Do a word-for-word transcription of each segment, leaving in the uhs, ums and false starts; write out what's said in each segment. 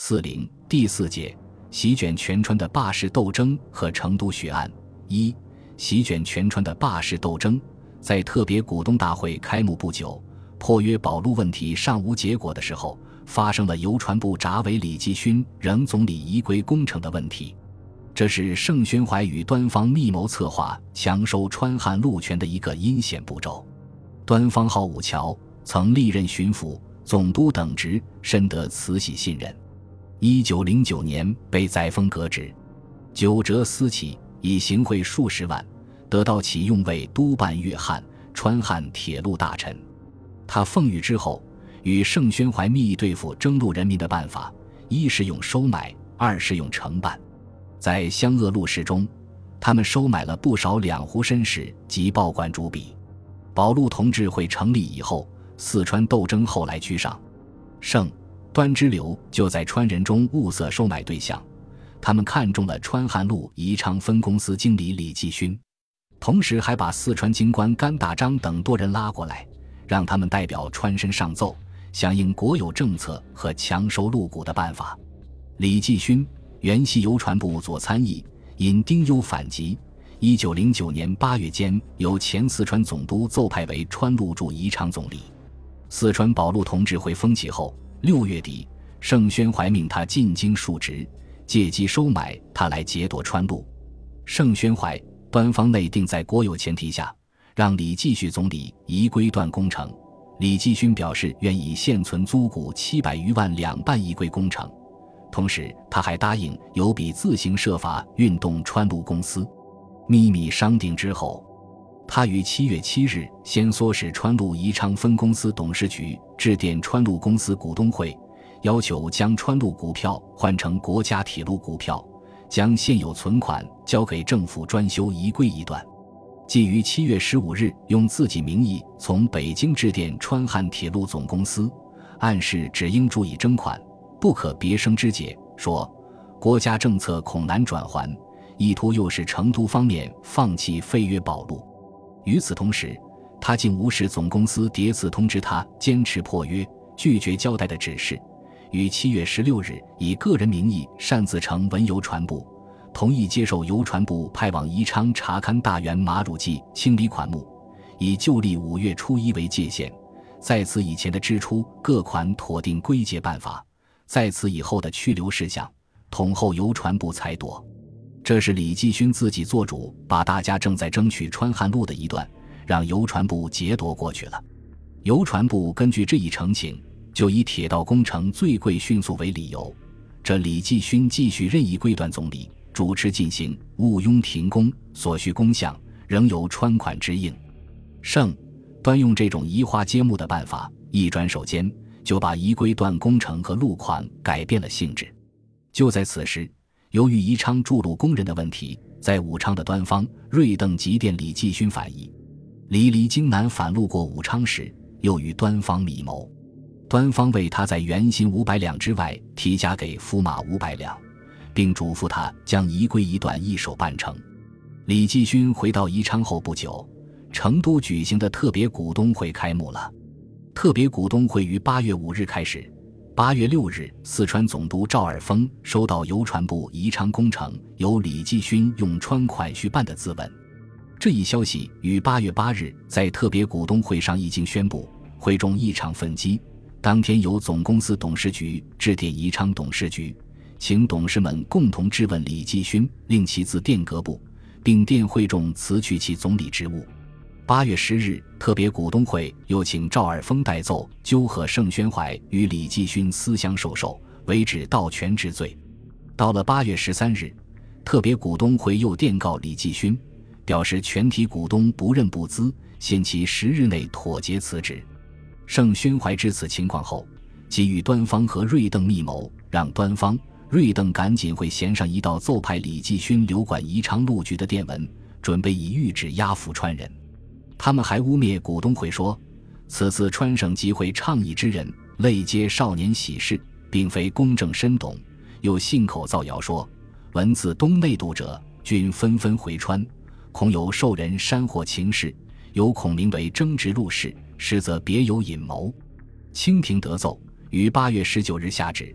四零第四节席卷全川的罢市斗争和成都血案。一、席卷全川的罢市斗争。在特别股东大会开幕不久，破约保路问题尚无结果的时候，发生了邮传部闸委李继勋仍总理移归工程的问题。这是盛宣怀与端方密谋策划强收川汉路权的一个阴险步骤。端方号武桥，曾历任巡抚、总督等职，深得慈禧信任。一九零九年被载沣革职，九折私企，已行贿数十万，得到启用为督办粤汉、川汉铁路大臣。他奉谕之后，与盛宣怀密议对付征路人民的办法，一是用收买，二是用承办。在湘鄂路事中，他们收买了不少两湖绅士及报馆主笔。保路同志会成立以后，四川斗争后来居上，盛、端之流就在川人中物色收买对象，他们看中了川汉路宜昌分公司经理李继勋，同时还把四川京官甘大章等多人拉过来，让他们代表川绅上奏，响应国有政策和强收路股的办法。李继勋原系邮传部左参议，因丁忧反击，一九零九年八月间由前四川总督奏派为川路驻宜昌总理。四川保路同志会风起后，六月底，盛宣怀命他进京述职，借机收买他来劫夺川路。盛宣怀、端方内定在国有前提下，让李继续总理移归段工程。李继勋表示愿以现存租股七百余万两办移归工程，同时他还答应有笔自行设法运动川路公司。秘密商定之后，他于七月七日先唆使川路宜昌分公司董事局致电川路公司股东会，要求将川路股票换成国家铁路股票，将现有存款交给政府专修移归一段。即于七月十五日用自己名义从北京致电川汉铁路总公司，暗示只应注意征款，不可别生枝节，说国家政策恐难转还，意图诱使成都方面放弃废约保路。与此同时，他竟无视总公司迭次通知他坚持破约，拒绝交代的指示，于七月十六日以个人名义擅自呈文邮传部，同意接受邮传部派往宜昌查勘大员马汝记清理款目，以旧历五月初一为界限，在此以前的支出各款妥定归结办法，在此以后的去留事项，统后邮传部裁夺。这是李继勋自己做主，把大家正在争取川汉路的一段让邮传部劫夺过去了。邮传部根据这一呈请，就以铁道工程最贵迅速为理由，这李继勋继续任意归段总理，主持进行，毋庸停工，所需工项仍由川款支应。盛、端用这种移花接木的办法，一转手间就把移归段工程和路款改变了性质。就在此时，由于宜昌筑路工人的问题，在武昌的端方、瑞邓急电李继勋反议。离离京南反路过武昌时，又与端方密谋。端方为他在原薪五百两之外提加给驸马五百两，并嘱咐他将移归一段一手办成。李继勋回到宜昌后不久，成都举行的特别股东会开幕了。特别股东会于八月五日开始，八月六日，四川总督赵尔丰收到邮传部宜昌工程由李继勋用川款续办的自文。这一消息于八月八日在特别股东会上一经宣布，会中异常愤激。当天由总公司董事局致电宜昌董事局，请董事们共同质问李继勋，令其自殿阁部，并电会众辞去其总理职务。八月十日，特别股东会又请赵尔丰代奏纠合盛宣怀与李继勋私相授受，为指盗权治罪。到了八月十三日，特别股东会又电告李继勋，表示全体股东不认不资，限其十日内妥结辞职。盛宣怀知此情况后，即与端方和瑞邓密谋，让端方、瑞邓赶紧会衔上一道奏派李继勋留管宜昌路局的电文，准备以谕旨压服川人。他们还污蔑股东会说，此次川省集会倡议之人类皆少年喜事，并非公正深懂，又信口造谣说，文自东内渡者均纷纷回川，恐有受人煽惑情事，有恐名为争执入事，实则别有隐谋。清廷得奏，于八月十九日下旨，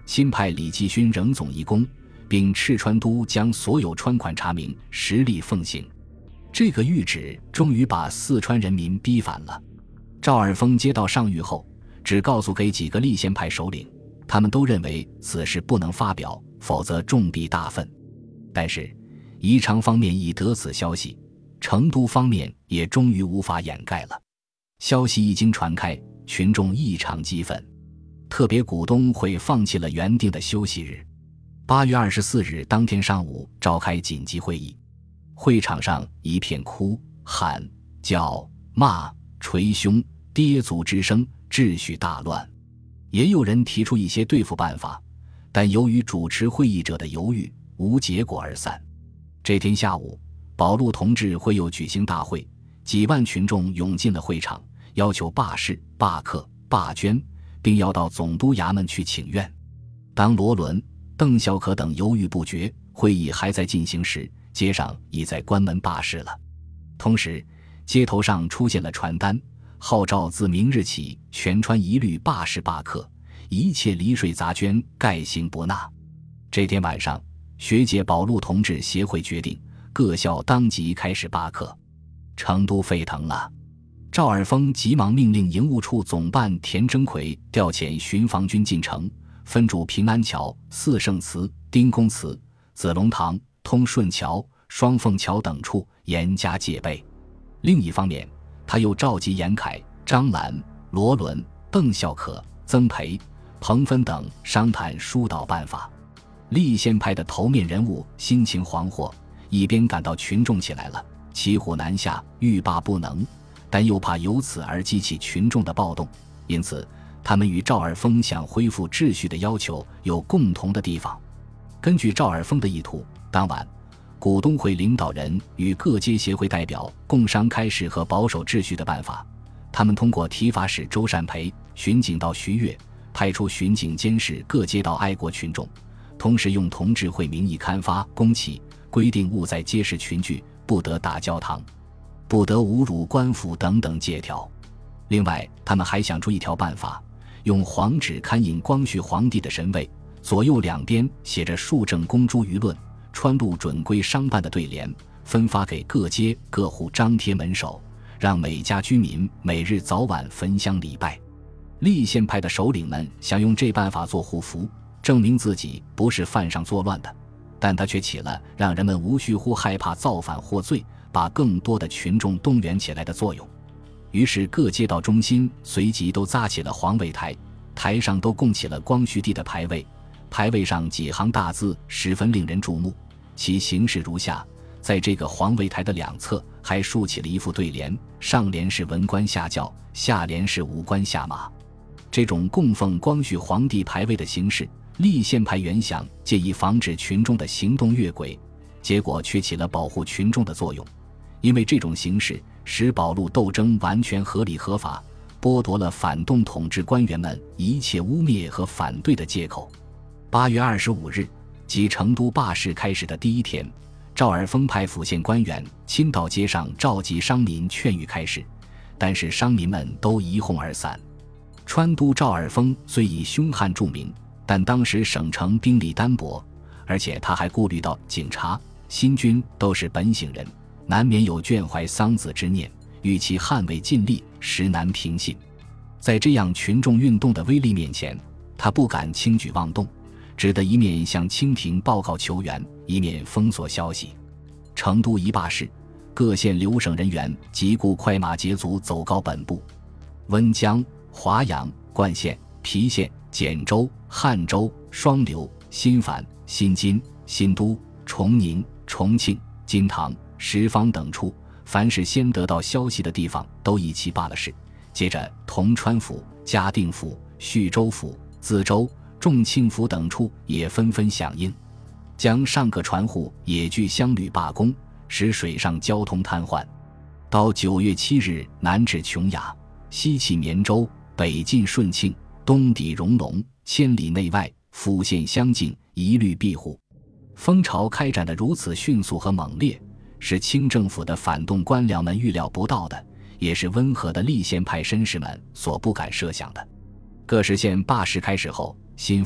新派李继勋仍总一功，并敕川都将所有川款查明，实力奉行。这个谕旨终于把四川人民逼反了。赵尔丰接到上谕后，只告诉给几个立宪派首领，他们都认为此事不能发表，否则众必大愤。但是宜昌方面已得此消息，成都方面也终于无法掩盖了。消息一经传开，群众异常激愤，特别股东会放弃了原定的休息日。八月二十四日当天上午召开紧急会议，会场上一片哭喊叫骂捶胸跌足之声，秩序大乱。也有人提出一些对付办法，但由于主持会议者的犹豫，无结果而散。这天下午，保路同志会又举行大会，几万群众涌进了会场，要求罢市、罢课、罢捐，并要到总督衙门去请愿。当罗伦、邓孝可等犹豫不决，会议还在进行时，街上已在关门罢市了。同时，街头上出现了传单，号召自明日起全川一律罢市罢课，一切离税杂捐概行不纳。这天晚上，学界保路同志协会决定，各校当即开始罢课。成都沸腾了，赵尔丰急忙命令营务处总办田征奎调遣巡防军进城，分驻平安桥、四圣祠、丁公祠、子龙堂、通顺桥、双凤桥等处，严加戒备。另一方面，他又召集严凯、张澜、罗伦、邓孝可、曾培、彭芬等商谈疏导办法。立宪派的头面人物心情惶惑，一边感到群众起来了，骑虎难下，欲罢不能，但又怕由此而激起群众的暴动，因此他们与赵尔丰想恢复秩序的要求有共同的地方。根据赵尔丰的意图，当晚股东会领导人与各街协会代表共商开市和保守秩序的办法。他们通过提法使周善培、巡警道徐悦派出巡警监视各街道爱国群众，同时用同志会名义刊发公旗，规定勿在街市群聚，不得打教堂，不得侮辱官府等等戒条。另外，他们还想出一条办法，用黄纸刊印光绪皇帝的神位，左右两边写着数正公诸舆论、川路准规商办的对联，分发给各街各户张贴门首，让每家居民每日早晚焚香礼拜。立宪派的首领们想用这办法做护符，证明自己不是犯上作乱的，但他却起了让人们无需乎害怕造反获罪，把更多的群众动员起来的作用。于是各街道中心随即都扎起了黄位台，台上都供起了光绪帝的牌位，牌位上几行大字十分令人注目，其形式如下：在这个黄位台的两侧还竖起了一副对联，上联是文官下轿，下联是武官下马。这种供奉光绪皇帝牌位的形式，立宪派原想借以防止群众的行动越轨，结果却起了保护群众的作用。因为这种形式使保路斗争完全合理合法，剥夺了反动统治官员们一切污蔑和反对的借口。八月二十五日，即成都罢市开始的第一天，赵尔丰派府县官员亲到街上召集商民劝谕开市，但是商民们都一哄而散。川督赵尔丰虽以凶悍著名，但当时省城兵力单薄，而且他还顾虑到警察、新军都是本省人，难免有眷怀桑梓之念，与其捍卫尽力，实难平信。在这样群众运动的威力面前，他不敢轻举妄动，只得一面向清廷报告求援，一面封锁消息。成都一罢市，各县留省人员即故快马捷足走告本部。温江、华阳、灌县、郫县、简州、汉州、双流、新繁、新津、新都、崇宁、重庆、金堂、什邡等处，凡是先得到消息的地方都一起罢了市。接着铜川府、嘉定府、叙州府、淄州、重庆府等处也纷纷响应，将上各船户也俱乡旅罢工，使水上交通瘫痪。到九月七日，南至琼崖，西起绵州，北进顺庆，东抵荣龙，千里内外，府县相近，一律庇护。风潮开展得如此迅速和猛烈，是清政府的反动官僚们预料不到的，也是温和的立宪派绅士们所不敢设想的。各市县罢市开始后，新繁、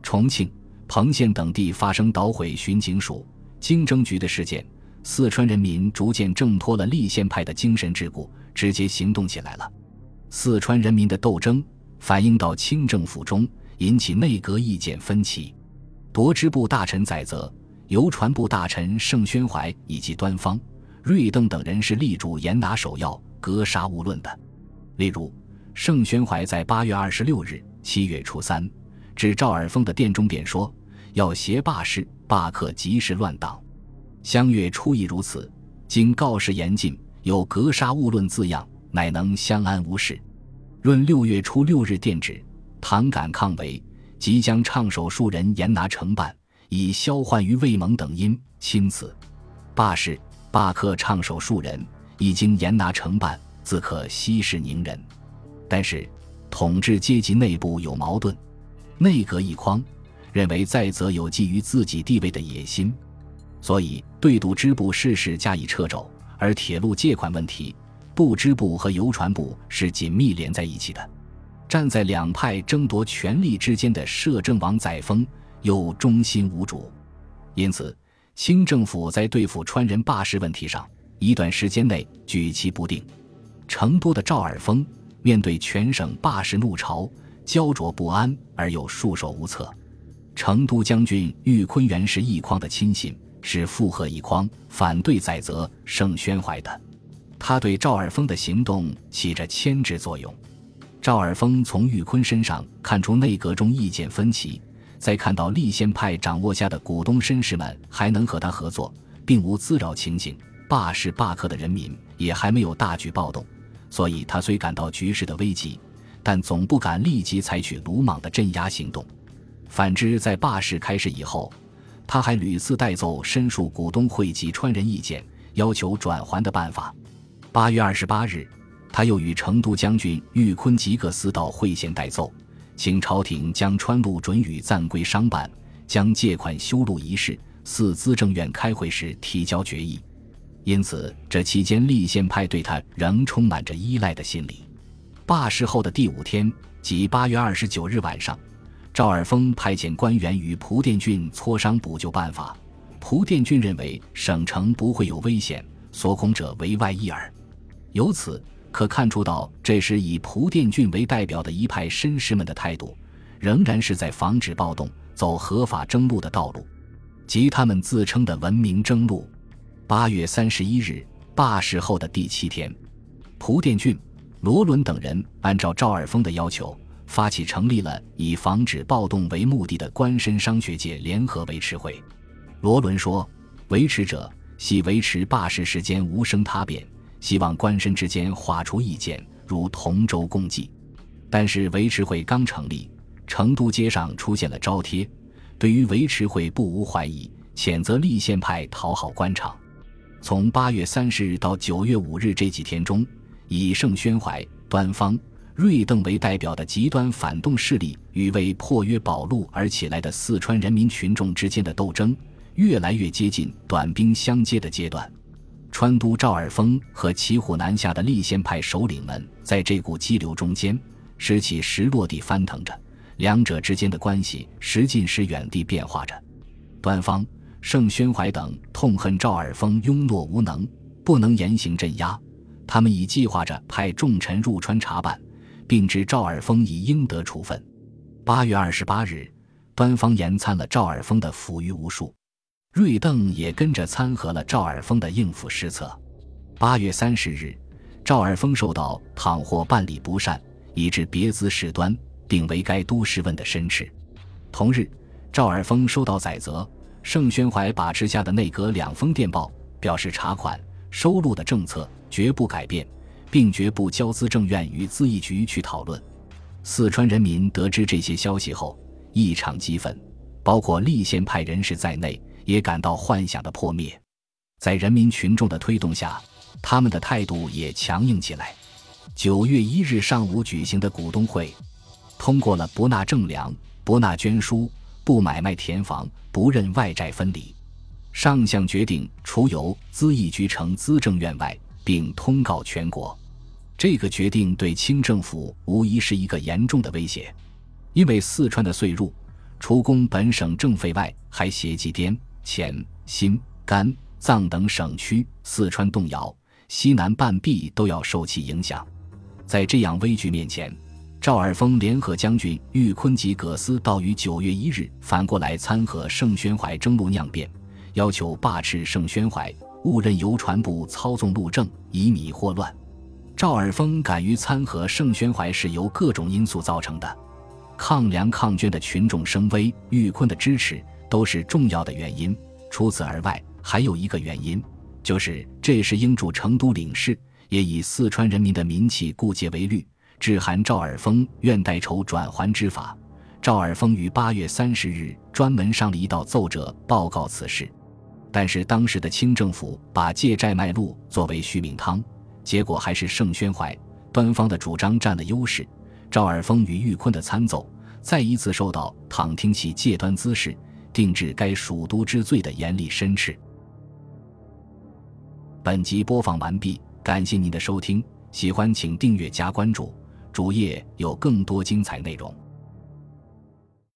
重庆、彭县等地发生捣毁巡警署、经征局的事件，四川人民逐渐挣脱了立宪派的精神桎梏，直接行动起来了。四川人民的斗争反映到清政府中，引起内阁意见分歧。夺支部大臣载泽、邮传部大臣盛宣怀以及端方、瑞邓等人是力主严拿首要，格杀勿论的。例如，盛宣怀在八月二十六日、七月初三至赵尔丰的殿中便说，要挟罢市、罢课，即是乱党。相月初亦如此，经告示严禁，有格杀勿论字样，乃能相安无事。闰六月初六日电旨，倘敢抗为，即将唱首数人严拿惩办，以消患于魏蒙等因。钦此。罢市、罢课唱首数人，一经严拿惩办，自可息事宁人。但是统治阶级内部有矛盾，内阁一匡认为载泽有觊觎自己地位的野心，所以对度支部事事加以掣肘。而铁路借款问题，度支部和邮传部是紧密连在一起的。站在两派争夺权力之间的摄政王载沣又忠心无主，因此清政府在对付川人罢市问题上，一段时间内举棋不定。成都的赵尔丰面对全省罢市怒潮，焦灼不安而又束手无策。成都将军郁坤元是一匡的亲信，是附和一匡，反对载泽、盛宣怀的。他对赵尔丰的行动起着牵制作用。赵尔丰从郁坤身上看出内阁中意见分歧，再看到立宪派掌握下的股东绅士们还能和他合作，并无滋扰情形，罢市罢课的人民也还没有大举暴动，所以他虽感到局势的危急，但总不敢立即采取鲁莽的镇压行动。反之，在罢市开始以后，他还屡次代奏申述股东会及川人意见，要求转还的办法。八月二十八日，他又与成都将军郁坤吉各司到会县代奏，请朝廷将川路准予暂归商办，将借款修路一事四资政院开会时提交决议。因此这期间立宪派对他仍充满着依赖的心理。罢市后的第五天，即八月二十九日晚上，赵尔丰派遣官员与蒲殿俊磋商补救办法。蒲殿俊认为省城不会有危险，所恐者为外意耳。由此可看出到，这时以蒲殿俊为代表的一派绅士们的态度，仍然是在防止暴动，走合法征路的道路，即他们自称的文明征路。八月三十一日，罢市后的第七天，蒲殿俊、罗伦等人按照赵尔丰的要求，发起成立了以防止暴动为目的的官绅商学界联合维持会。罗伦说，维持者系维持罢市时间无生他变，希望官绅之间划出意见，如同舟共济。但是维持会刚成立，成都街上出现了招贴，对于维持会不无怀疑，谴责立宪派讨好官场。从八月三十日到九月五日这几天中，以盛宣怀、端方、瑞邓为代表的极端反动势力与为破约保路而起来的四川人民群众之间的斗争，越来越接近短兵相接的阶段。川都赵尔丰和骑虎难下的立宪派首领们在这股激流中间，使其时落地翻腾着，两者之间的关系时近时远地变化着。端方、盛宣怀等痛恨赵尔丰庸懦无能，不能严刑镇压，他们已计划着派重臣入川查办，并指赵尔丰以应得处分。八月二十八日，端方延参了赵尔丰的抚育无数，瑞邓也跟着参合了赵尔丰的应付失策。八月三十日，赵尔丰受到倘或办理不善，以致别资事端，并为该都试问的申斥。同日，赵尔丰收到载泽、盛宣怀把持下的内阁两封电报，表示查款收录的政策绝不改变，并绝不交资政院与资议局去讨论。四川人民得知这些消息后异常激愤，包括立宪派人士在内也感到幻想的破灭。在人民群众的推动下，他们的态度也强硬起来。九月一日上午举行的股东会通过了不纳政粮、不纳捐书、不买卖田房、不认外债分离。上项决定除由资议局呈资政院外，并通告全国。这个决定对清政府无疑是一个严重的威胁，因为四川的岁入除攻本省政费外，还协济滇、黔、新、甘、藏等省区，四川动摇，西南半壁都要受其影响。在这样危局面前，赵尔丰联合将军郁坤及葛思道于九月一日反过来参合盛宣怀征路酿变，要求罢斥盛宣怀，误任邮传部操纵路政，以米祸乱。赵尔丰敢于参合盛宣怀是由各种因素造成的，抗粮抗捐的群众声威，郁坤的支持都是重要的原因。除此而外，还有一个原因，就是这时应驻成都领事也以四川人民的民气固结为虑，致函赵尔丰愿代筹转还之法。赵尔丰于八月三十日专门上了一道奏折报告此事，但是当时的清政府把借债卖路作为续命汤，结果还是盛宣怀、端方的主张占了优势。赵尔丰与郁坤的参奏再一次受到倘听其借端滋事，定治该属都之罪的严厉申斥。本集播放完毕，感谢您的收听，喜欢请订阅加关注，主页有更多精彩内容。